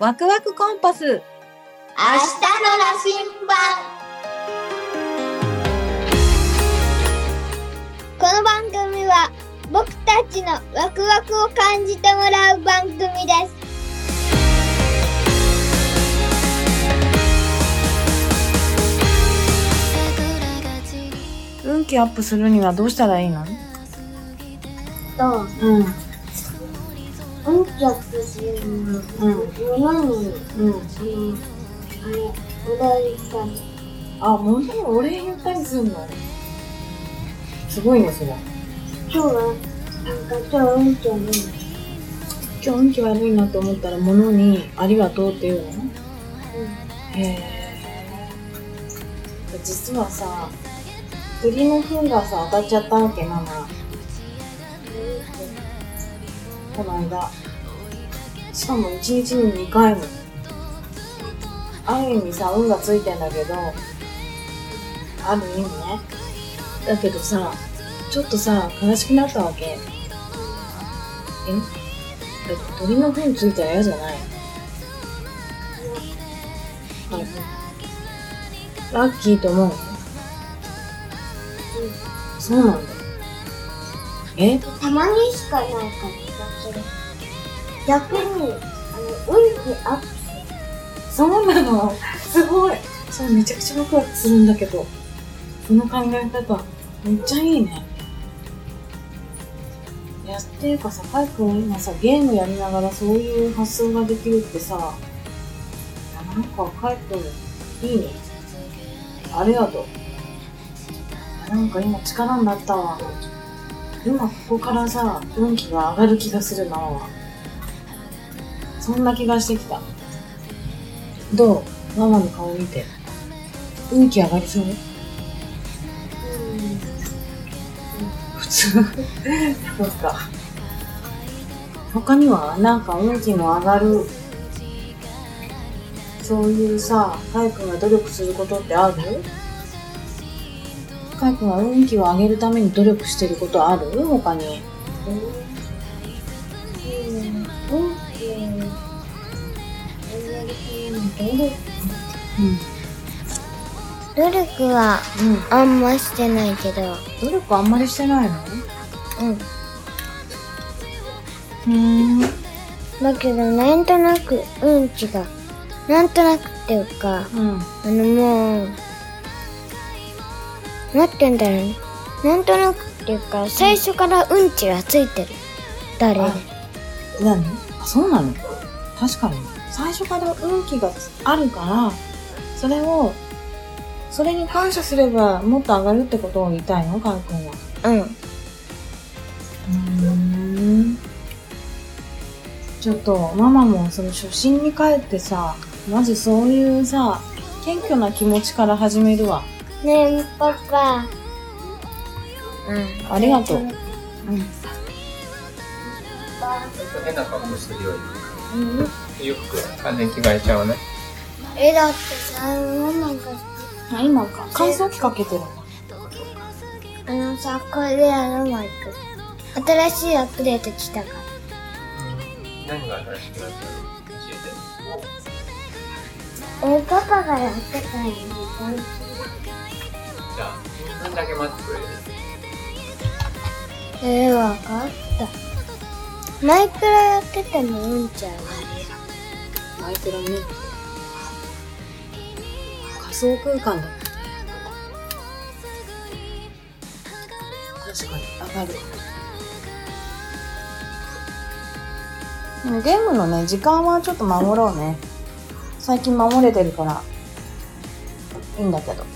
ワクワクコンパス。 明日の羅針盤。この番組は僕たちのワクワクを感じてもらう番組です。 運気アップするにはどうしたらいいの？ 運気アップするには、物に、お礼言ったり。 物にお礼言ったりするの？すごいね、それ。 今日は、今日運気悪いの。 今日運気悪いなって思ったら、物にありがとうって言うの？実はさ、栗の糞がさ、当たっちゃったわけ、ママ。この間。しかも1日に2回も。ある意味さ、運がついてんだけど、ある意味ね。だけどさ、ちょっとさ、悲しくなったわけ。だって鳥の糞ついたら嫌じゃない？ラッキーと思う？そうなんだ。 たまにしかないから逆に、運気アップする。 そうなの？すごい。それめちゃくちゃワクワクするんだけど。その考え方、めっちゃいいね。いや、っていうかさ、カイ君今さ、ゲームやりながらそういう発想ができるってさ、なんかカイ君、いいね。ありがとう。なんか今力になったわ。今ここからさ、運気が上がる気がするな。そんな気がしてきた。どう？ママの顔見て。運気上がりそう？普通。そうか。他にはなんか運気の上がる、そういうさ、カイ君が努力することってある？カイ君は運気を上げるために努力してることある？他に。 努力はあんましてないけど。 努力あんまりしてないの？ だけどなんとなく運気がなんとなくっていうか、もうなんて言うんだろうね。なんとなくっていうか最初から運気がついてる。誰で？ 何？そうなの？確かに最初から運気があるから、それに感謝すればもっと上がるってことを言いたいの？カイ君は。ちょっとママもその初心に帰ってさ、まずそういうさ、謙虚な気持ちから始めるわ。 ねえパパ。 ありがとう。 ちょっと変な格好してるより。よく完全に着替えちゃうね。 だってさ、ママが今乾燥機かけてるの。 さ、これでマイク。新しいアップデート来たから。 何が新しくなったの？教えて。 パパがやってたよね。 じゃあ、2分だけ待ってくれる？ わかった。マイクラやってたのうんちゃんは。 マイクラね。仮想空間だ。確かに上がる。ゲームのね、時間はちょっと守ろうね。最近守れてるからいいんだけど。